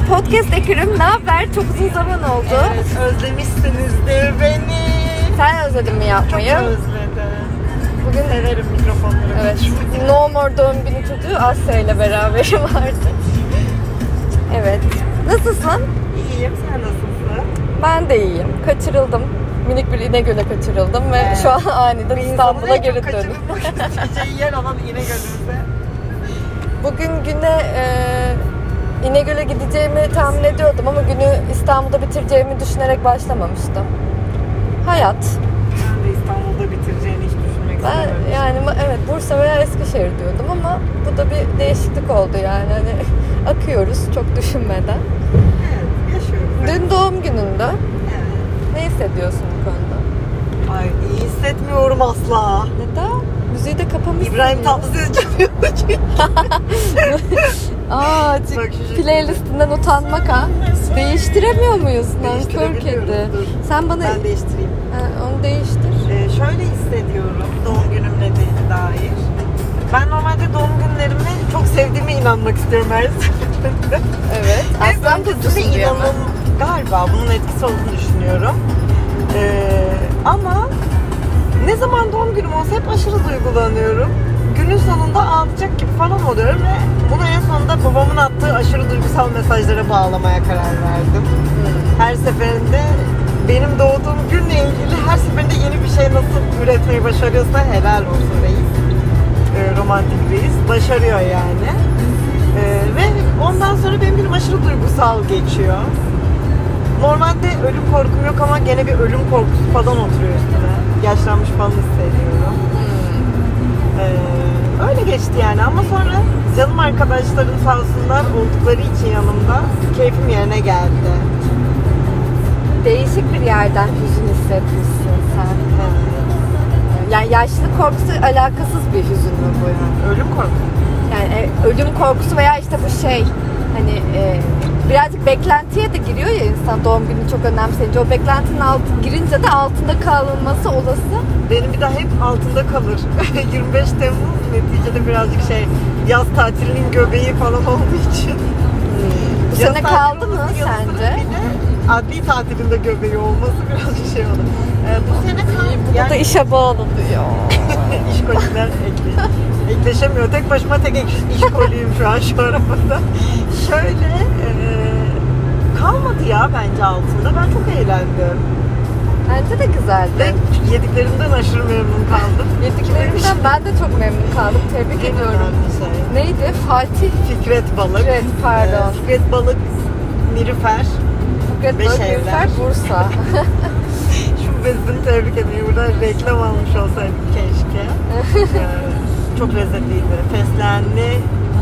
Podcast ekibim, ne haber? Çok uzun zaman oldu. Evet, özlemişsinizdir beni. Sen özledin mi yapmayı? Çok özledim. Bugün Severim mikrofonları. evet, No More doğum günü çocuğu Asya ile beraber vardı. Evet. Nasılsın? İyiyim, sen nasılsın? Ben de iyiyim. Kaçırıldım. Minik bir İnegöl'e kaçırıldım ve şu an aniden İstanbul'a geri döndüm. Çiçeği yer alan İnegöl'ümüzde. Bugün güne İnegöl'e gideceğimi tahmin ediyordum ama günü İstanbul'da bitireceğimi düşünerek başlamamıştım. Hayat. Ben de İstanbul'da bitireceğini hiç düşünmek istememiştim. Yani evet, Bursa veya Eskişehir diyordum ama bu da bir değişiklik oldu yani. Hani akıyoruz çok düşünmeden. Evet, yaşıyoruz. Dün doğum gününde. Evet. Ne hissediyorsun bu konuda? Ay, iyi hissetmiyorum asla. Neden? Müziği de kapamışsın. İbrahim ya. Tatlıses çalıyor çünkü. Aa, Bak şu playlistinden utanmak ha. Değiştiremiyor muyuz? Nankör kedi. Sen bana... Ben değiştireyim. Onu değiştir. Şöyle hissediyorum doğum günümle dair. Ben normalde doğum günlerimi çok sevdiğime inanmak istiyorum her seferinde. Evet. Aslan burcusun diye mi? Galiba bunun etkisi olduğunu düşünüyorum. Ama ne zaman doğum günüm olsa hep aşırı duygulanıyorum. Günün sonunda ağlayacak gibi falan oluyorum ve bunu en sonunda babamın attığı aşırı duygusal mesajlara bağlamaya karar verdim. Her seferinde benim doğduğum günle ilgili her seferinde yeni bir şey nasıl üretmeyi başarıyorsa helal olsun reis. Romantik reis. Başarıyor yani. Ve ondan sonra benim günüm aşırı duygusal geçiyor. Normalde ölüm korkum yok ama gene bir ölüm korkusu falan oturuyor üstüne. Yaşlanmış falan hissediyorum. Öyle geçti yani ama sonra canım arkadaşlarım sağ olsunlar oldukları için yanımda keyfim yerine geldi. Değişik bir yerden hüzün hissetmişsin sen. Yani yaşlılık korkusu alakasız bir hüzün mü bu yani? Ölüm korkusu. Yani ölüm korkusu veya işte bu şey hani birazcık beklentiye de giriyor ya insan doğum günü çok önemseyince. O beklentinin girince de altında kalınması olası. Benim bir daha hep altında kalır. 25 Temmuz neticede birazcık yaz tatilinin göbeği falan olduğu için. Bu sene kaldı mı sence? Adli tatilinde göbeği olması birazcık oldu. Bu sene kaldı. Bu da işe bağlı diyor. İşkolikler ekleşemiyor. Tek başıma tek işkoliyim şu an şu arabada. Şöyle kalmadı ya bence altında. Ben çok eğlendim. Bence de güzeldi. Ve yediklerimden aşırı memnun kaldım. Yediklerimden ben de çok memnun kaldım. Tebrik ediyorum. Neydi? Fatih. Fikret Balık. Fikret, pardon. Fikret Balık, Nilüfer. Fikret Balık, Nilüfer, Bursa. Şu bezini tebrik ediyorum. Buradan reklam almış olsaydık keşke. Çok lezzetliydi. Fesleğenli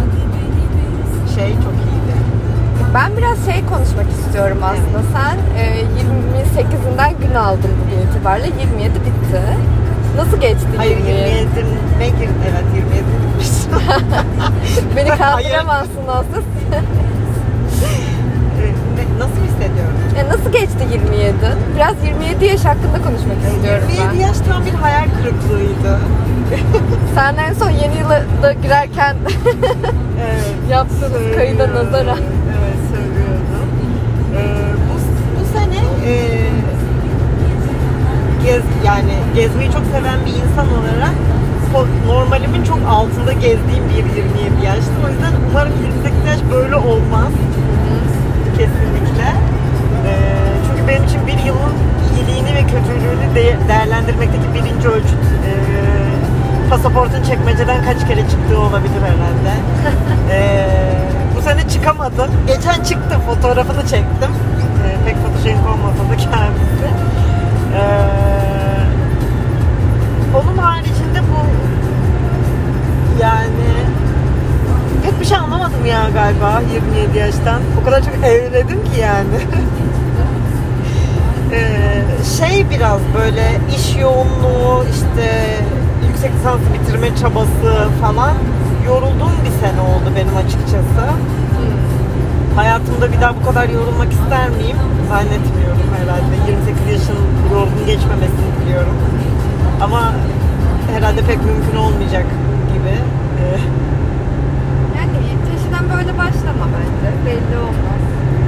çok iyiydi. Ben biraz konuşmak istiyorum aslında. Evet. Sen 28'inden gün aldın bugün itibariyle. 27 bitti. Nasıl geçti 27? Hayır 27'ne girdi. Evet 27 bitmiş. Beni kandıramazsın Aslı. Nasıl hissediyorum? Nasıl geçti 27? Biraz 27 yaş hakkında konuşmak istiyorum 27 yaş tam bir hayal kırıklığıydı. Sen en son yeni yıla da girerken evet, yaptığınız kayıda nazaran. Evet söylüyordum. Bu sene gezmeyi çok seven bir insan olarak normalimin çok altında gezdiğim bir 27 yaştı. O yüzden umarım 28 yaş böyle olmaz. Kesinlikle. Çünkü benim için bir yılın iyiliğini ve kötülüğünü değerlendirmekteki birinci ölçüt pasaportun çekmeceden kaç kere çıktığı olabilir herhalde. Bu sene çıkamadım. Geçen çıktı, fotoğrafını çektim. Pek fotojenik olmasa da kendisi. Onun haricinde bu pek bir şey anlamadım ya galiba 27 yaştan. O kadar çok evledim ki yani. Biraz böyle iş yoğunluğu, yüksek lisansı bitirme çabası falan yorulduğum bir sene oldu benim açıkçası. Hayatımda bir daha bu kadar yorulmak ister miyim? Zannetmiyorum herhalde. 28 yaşın yorgun geçmemesini biliyorum. Ama herhalde pek mümkün olmayacak gibi. Yani taşıdan böyle başlama bence. Belli olmaz.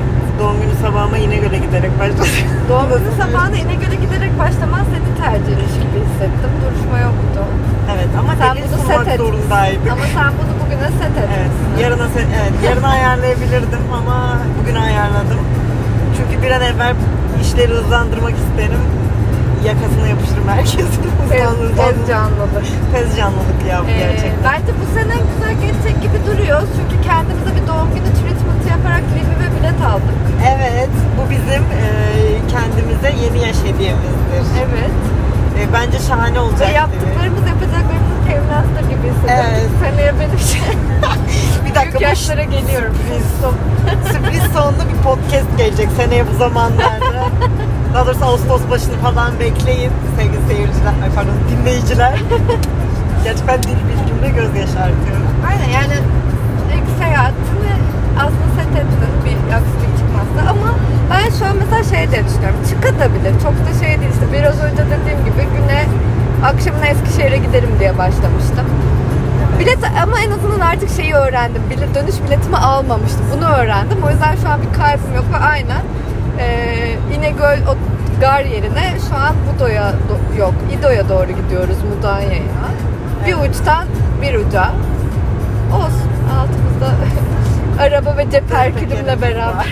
giderek başladım. Doğum günü zamanı İnegöl'e giderek başlaman seni tercihmiş gibi hissettim. Duruşma yoktu. Evet ama Sen delil bunu sunmak set et. zorundaydık. Ama sen bunu bugüne set et. Evet, yarına ayarlayabilirdim ama bugün ayarladım. Çünkü bir an evvel işleri hızlandırmak isterim. Yakasına yapıştırım herkesin. Tez canlılık. Tez canlılık yaptı gerçekten. Bence bu sene güzel geçecek gibi duruyor. Çünkü kendimize bir doğum günü treatment yaparak Livi ve bilet aldık. Evet, bu bizim kendimize yeni yaş hediyemizdir. Evet. Bence şahane olacak. Ve yaptıklarımız yapacaklarımızın teminatı gibi hissediyorum. Evet. Seneye benim Bir dakika, büyük yaşlara geliyorum. Sürpriz sonunda bir podcast gelecek seneye bu zamanlarda. Daha doğrusu Ağustos başını falan bekleyin sevgili seyirciler, dinleyiciler. Gerçekten dil bilgimde göz yaşartıyorum. Aynen, yani ilk seyahatimi aslında set ettim bir aksilik çıkmazsa, ama ben şu an mesela şey diye düşünüyorum, çıkabilir, çok da şey değil işte, biraz önce dediğim gibi güne akşamına Eskişehir'e giderim diye başlamıştım. Bilet, ama en azından artık şeyi öğrendim, dönüş biletimi almamıştım, bunu öğrendim, o yüzden şu an bir kaybım yok ve aynen İnegöl o gar yerine şu an İdo'ya doğru gidiyoruz, Mudanya'ya. Bir uçtan bir uca. Olsun. Altımızda araba ve cep herkülimle beraber.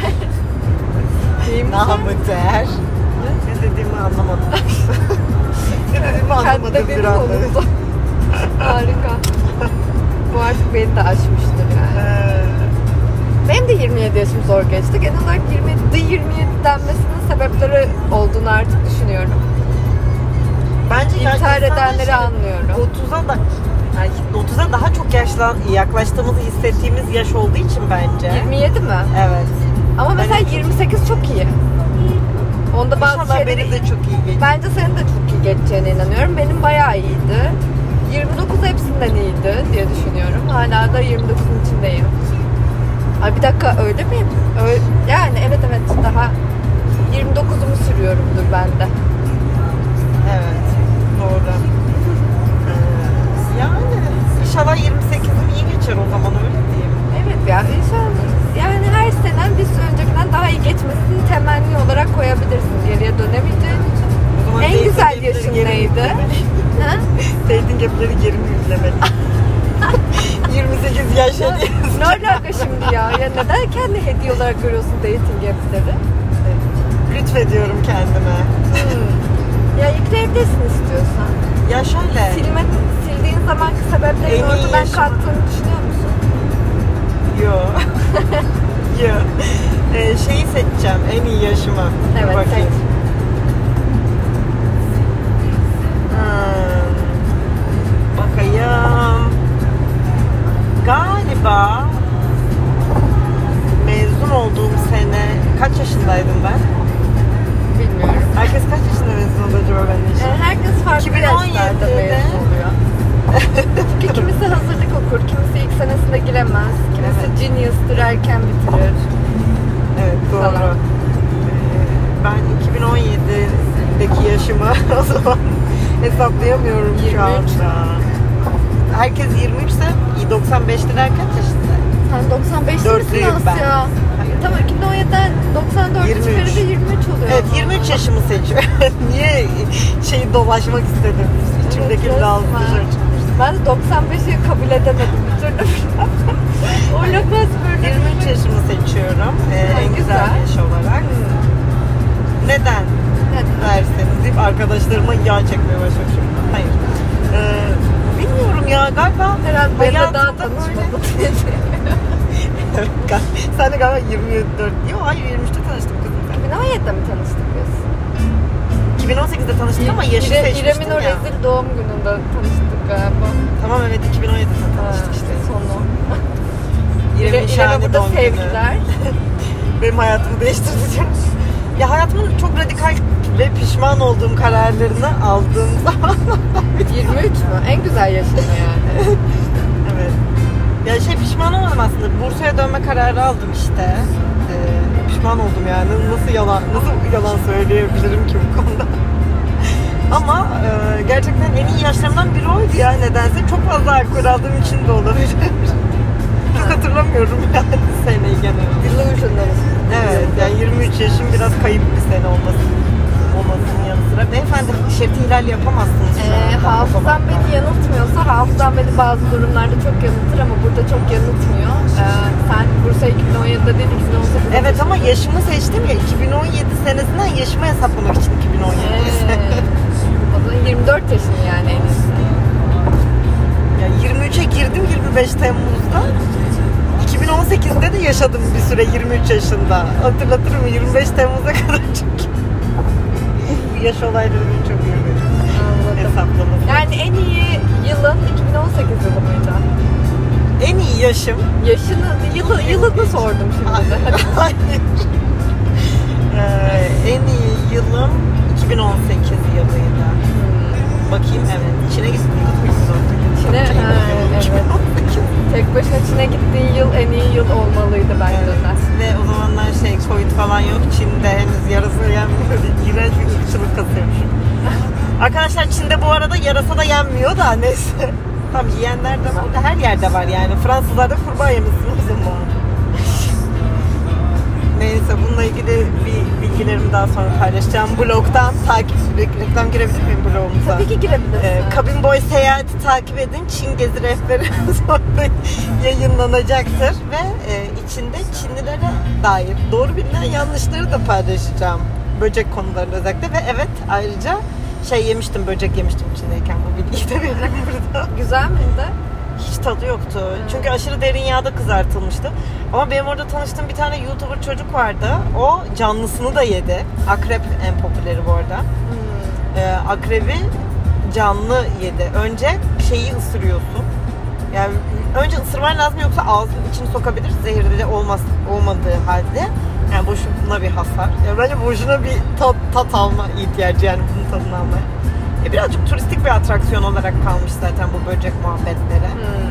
Namık değer. Ne dediğimi anlamadım. Ne dediğimi anlamadım bir anda. Harika. Bu artık beni de aşmıştır yani. Benim de 27 yaşım zor geçti. Genel olarak 27 denmesinin sebepleri olduğunu artık düşünüyorum. Bence İntihar edenleri anlıyorum. 30'a daha çok yaklaştığımızı hissettiğimiz yaş olduğu için bence. 27 mi? Evet. Ama mesela 28 çok iyi. Onda bazı İnşallah şeyleri... benim de çok iyi geçti. Bence senin de çok iyi geçeceğine inanıyorum. Benim bayağı iyiydi. 29 hepsinden iyiydi diye düşünüyorum. Hala da 29'un içindeyim. Ay bir dakika, öyle miyim? Yani evet daha 29'umu sürüyorumdur ben de. Evet, doğru. Yani inşallah 28'im iyi geçer o zaman, öyle diyeyim. Evet ya, inşallah. Yani her senen bir öncekinden daha iyi geçmesini temenni olarak koyabilirsin geriye dönemeyeceğin için. En güzel yaşın neydi? Dating app'leri geri mi yüklemeli? 28 yaş hediyesi. Ne alaka şimdi ya? Ya neden kendi hediye olarak görüyorsun dating app'leri? Lütfediyorum kendime. Ya yükleyebilirsin istiyorsan. Ya şöyle. Sildiğin zamanki sebeplerin ortadan kalktığını düşünüyor musun? Yok. Yok. Şeyi seçeceğim, en iyi yaşımı. Evet, bakayım. seç. Bakayım. Galiba mezun olduğum sene, kaç yaşındaydım ben? Bilmiyorum. Herkes kaç yaşında mezun oluyor acaba benden için? Herkes farklı 2017'de yaşlarda mezun oluyor. Kimisi hazırlık okur, kimisi ilk senesinde giremez, kimisi Genius'tır, erken bitirir. Evet, doğru. Falan. Ben 2017'deki yaşımı o zaman hesaplayamıyorum 23. şu anda. Herkes 23 ise 95'liler kaç yaşında? Sen 95'lisin Dörtlüyüm ben. Asya. Tamam, 2017'den 94 çıkarınca 23 oluyor. Evet, 23 yaşımı seçiyorum. Niye dolaşmak istedim? İçimdeki Evet, lazım dışarı çıkmıştı. Ben de 95'i kabul edemedim bir türlü. O lafaz böyle. 23 yaşımı seçiyorum. En güzel yaş olarak. Neden? Derseniz deyip arkadaşlarıma yağ çekmeye başlamışım. Hayır. Bilmiyorum ya, galiba Herhalde benimle daha hayatımda tanışmadın. Sen de galiba 24. Yok, hayır, 23'te tanıştım kızım sen. 2017'de mi tanıştık biz? 2018'de tanıştık ama yaşı seçmiştin İrem'in o ya. rezil doğum gününde tanıştık galiba. Tamam, evet, 2017'de tanıştık işte. Sonu. İrem'in şahane burada doğum günü. sevgiler. Benim hayatımı değiştirdi. Ya hayatımın çok radikal ve pişman olduğum kararlarını aldığım zaman 23 mü? En güzel yaşında yani. evet. Ya pişman olmadım aslında. Bursa'ya dönme kararı aldım işte. Pişman oldum yani. Nasıl yalan söyleyebilirim ki bu konuda? Ama gerçekten en iyi yaşlarımdan biri oydu ya, nedense. Çok fazla alkol aldığım için de olabilir. pek hatırlamıyorum yani seneyi genel olarak. Delusional. Evet, yani 23 yaşım biraz kayıp bir sene olmasının yanı sıra. Beyefendi şerit ihlali yapamazsınız şu anda. Hafızam beni yanıltmıyorsa, hafızam beni bazı durumlarda çok yanıltır ama burada çok yanıltmıyor. Sen Bursa 2017'de değil 2018'de. Evet ama yaşımı seçtim ya, 2017 senesinden yaşımı hesaplamak için 2017 O zaman 24 yaşın yani en iyisi. Yani 23'e girdim 25 Temmuz'da. 2018'de de yaşadım bir süre 23 yaşında. Hatırlatırım 25 Temmuz'a kadar çünkü. Bu yaş olayları beni çok yoruyor. Hesaplaması. Yani en iyi yılın 2018 yılı mıydı? En iyi yaşım. Yılını sordum şimdi de. Hayır. En iyi yılım 2018 yılıydı. Bakayım evet. Çin'e gittim. Çin'e? Evet. Tek başına Çin'e gittiğin yıl en iyi yıl olmalıydı bence de. Ve o zamanlar Covid falan yok. Çin'de henüz yarasa yenmiyor. İğrenç bir ırkçılık katıyormuşum. Arkadaşlar Çin'de bu arada yarasa da yenmiyor da neyse. Tam yiyenler de var da her yerde var yani. Fransızlar da kurbağa yemişsin o zaman. Neyse bununla ilgili bilgilerimi daha sonra paylaşacağım. Blogdan reklam girebilir miyim blogumuza? Tabii ki girebilirsin. Kabin boy seyahati takip edin. Çin gezi rehberi sonra yayınlanacaktır ve içinde Çinlilere dair doğru bilinen yanlışları da paylaşacağım. Böcek konularında özellikle ve evet ayrıca yemiştim, böcek yemiştim Çin'deyken, bu bilgiyi de veririm burada. Güzel miydi? Hiç tadı yoktu. Çünkü aşırı derin yağda kızartılmıştı. Ama benim orada tanıştığım bir tane YouTuber çocuk vardı. O canlısını da yedi. Akrep en popüleri bu arada. Akrebi canlı yedi. Önce şeyi ısırıyorsun. Yani önce ısırman lazım yoksa ağzının içini sokabilir. Zehirli olmadığı halde. Yani boşuna bir hasar. Yani bence boşuna bir tat alma ihtiyacı, yani bunun tadını almaya. Birazcık turistik bir atraksiyon olarak kalmış zaten bu böcek muhabbetleri.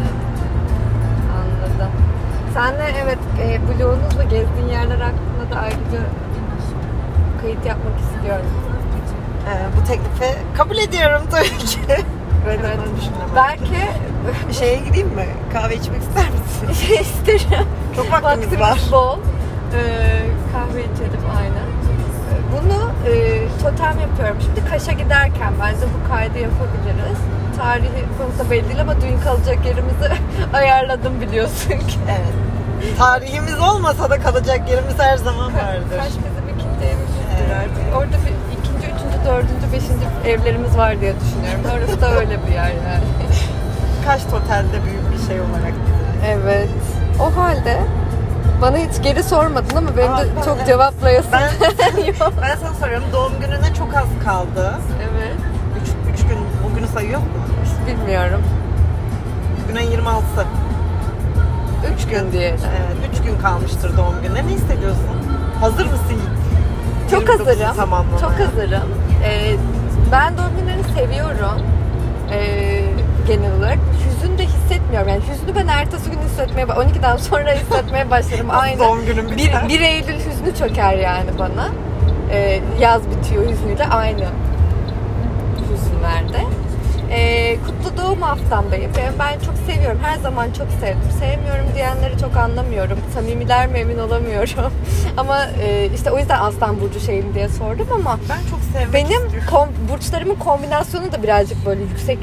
Anladım. Sen de evet blogunuzla gezdiğin yerler hakkında da ayrıca kayıt yapmak istiyorum. Bu teklifi kabul ediyorum tabii ki. Evet. Belki şeye gideyim mi? Kahve içmek ister misin? İsterim. Çok vaktimiz var. Bol. Kahve içelim aynen. Bunu totem yapıyorum. Şimdi Kaş'a giderken bence bu kaydı yapabiliriz. Tarihi konusu belli değil ama dün kalacak yerimizi ayarladım biliyorsun ki. Evet. Tarihimiz olmasa da kalacak yerimiz her zaman vardır. Kaş bizim ikinci evimizdir artık. Orada bir ikinci, üçüncü, dördüncü, beşinci evlerimiz var diye düşünüyorum. Orası da öyle bir yer yani. Kaş totalde büyük bir şey olarak. Evet. O halde bana hiç geri sormadın ama benim de çok cevaplayasın. Ben sana soruyorum. Doğum gününe çok az kaldı. Evet. 3 gün. Bugünü sayıyor mu? Bilmiyorum. Bugün ayın 26'sı. 3 gün diyelim. Evet. 3 gün kalmıştır doğum gününe. Ne hissediyorsun? Hazır mısın? Çok hazırım. Çok hazırım. Ben doğum günlerini seviyorum. Genel olarak hüzün de hissetmiyorum. Yani hüznü ben ertesi gün hissetmeye 12'den sonra hissetmeye başlarım. Aynı. Doğum günüm biter. 1 Eylül hüznü çöker yani bana. Yaz bitiyor hüznüyle aynı hüzünlerde. Kutlu doğum haftamdayım. Ben çok seviyorum. Her zaman çok sevdim. Sevmiyorum diyenleri çok anlamıyorum. Samimiler mi emin olamıyorum. Ama işte o yüzden Aslan Burcu şeyim diye sordum ama ben çok sevmek benim istiyorum. Burçlarımın kombinasyonu da birazcık böyle yüksek.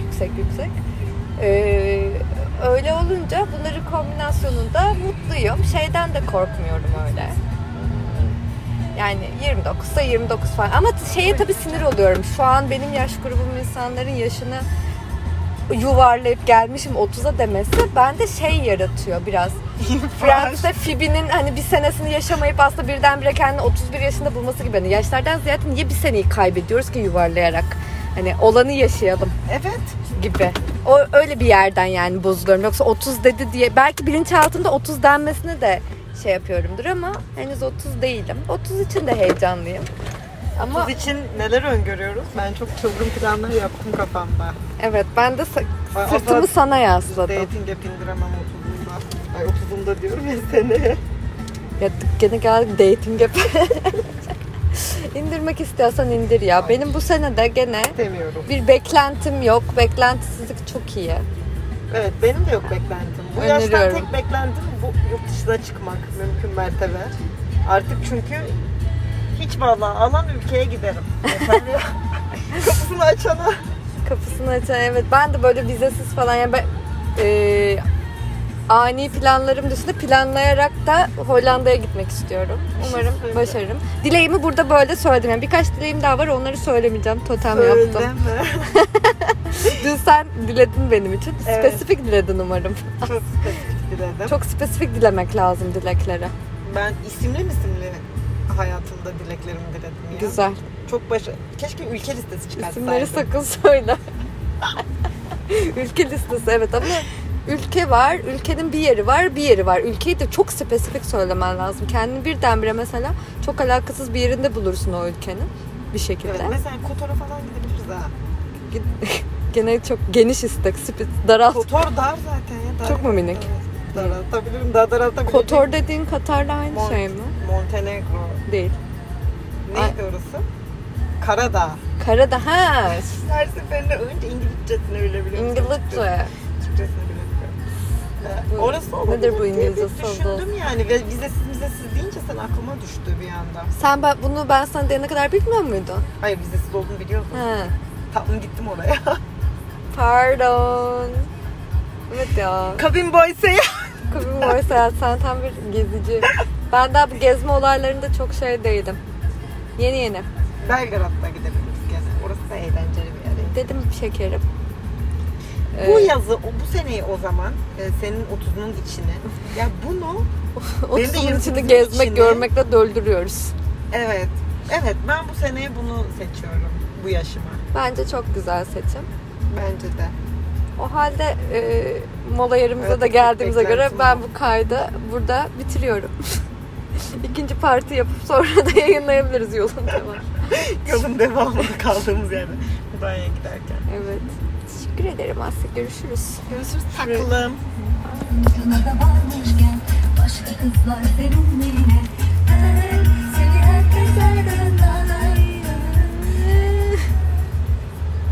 Öyle olunca bunların kombinasyonunda mutluyum. Şeyden de korkmuyorum öyle. Yani 29'sa 29 falan. Ama şeye tabii sinir oluyorum. Şu an benim yaş grubum insanların yaşını yuvarlayıp gelmişim 30'a demesi bende şey yaratıyor biraz. Friends'te Phoebe'nin hani bir senesini yaşamayıp aslında birdenbire kendini 31 yaşında bulması gibi. Hani yaşlardan ziyade niye bir seneyi kaybediyoruz ki yuvarlayarak? Hani olanı yaşayalım. Evet. Gibi. O öyle bir yerden yani bozuluyorum. Yoksa 30 dedi diye belki bilinçaltında 30 denmesine de şey yapıyorumdur ama henüz 30 değilim. 30 için de heyecanlıyım. Ama 30 için neler öngörüyoruz? Ben çok çılgın planlar yaptım kafamda. Evet, ben de sırtımı sana yasladım. Dating app indiremem 30'unda. Ay 30'unda diyorum ya seneye. Ya gene geldik dating app. İndirmek istiyorsan indir ya. Benim bu sene de gene demiyorum. Bir beklentim yok. Beklentisizlik çok iyi. Evet, benim de yok beklentim. Bu yaştan Öneriyorum. tek beklentim bu yurt dışına çıkmak mümkün mertebe. Artık çünkü hiç vallahi alan ülkeye giderim. Yeter. Kapısını açana. Kapısını açan, evet. Ben de böyle vizesiz falan yani ben ani planlarım dışında planlayarak da Hollanda'ya gitmek istiyorum. Umarım başarırım. Dileğimi burada böyle söyledim. Yani birkaç dileğim daha var, onları söylemeyeceğim. Totem yaptım. Söyleme. Dün sen diledin benim için. Evet. Spesifik diledin umarım. Çok spesifik diledim. Çok spesifik dilemek lazım dilekleri. Ben isimli hayatımda dileklerimi diledim ya. Güzel. Çok keşke ülke listesi çıkarsaydım. İsimleri sakın söyle. Ülke listesi, evet, ama ülke var, ülkenin bir yeri var, bir yeri var. Ülkeyi de çok spesifik söylemen lazım. Kendini birdenbire mesela çok alakasız bir yerinde bulursun o ülkenin bir şekilde. Evet, mesela Kotor'a falan gidebiliriz ha. Gene çok geniş istek, daralt. Kotor dar zaten ya. Çok mu minik? Daraltabilirim, daha daraltabilirim. Kotor dediğin Katar'la aynı şey mi? Montenegro. Değil. Neydi orası? Karadağ. Karadağ, ha. Her seferinde önce İngilizcesini bilebiliyorum. İngilizce. Türkçesini bilemiyorum. Orası olabilir. Nedir bu diye İngilizce bir düşündüm yani ve vizesiz deyince sen aklıma düştü bir anda. Sen bunu ben sana diyene kadar bilmiyor muydun? Hayır, vizesiz olduğunu biliyordum. Ha. Tam gittim oraya. Pardon. Evet ya. Kabin boy seyahat. Kabin boy seyahat. Sen tam bir gezici. Ben daha bu gezme olaylarında çok şey değilim. Yeni. Belgrad'da gidebiliriz gene. Orası da eğlenceli bir yer. Dedim şekerim. Bu yazı, bu seneyi o zaman senin 30'unun içine. Ya bunu 30'un içini gezmek, görmekle döldürüyoruz. Evet. Evet, ben bu seneye bunu seçiyorum. Bu yaşıma. Bence çok güzel seçim. Bence de. O halde mola yerimize Evet, de geldiğimize göre beklentim ben o. bu kaydı burada bitiriyorum. İkinci parti yapıp sonra da yayınlayabiliriz yolun devamı. Yolun devamında kaldığımız yerde. Mudanya'ya giderken. Evet. Teşekkür ederim Aslı. Görüşürüz. Görüşürüz taklım. Sana da varmışken başka kızlar senin eline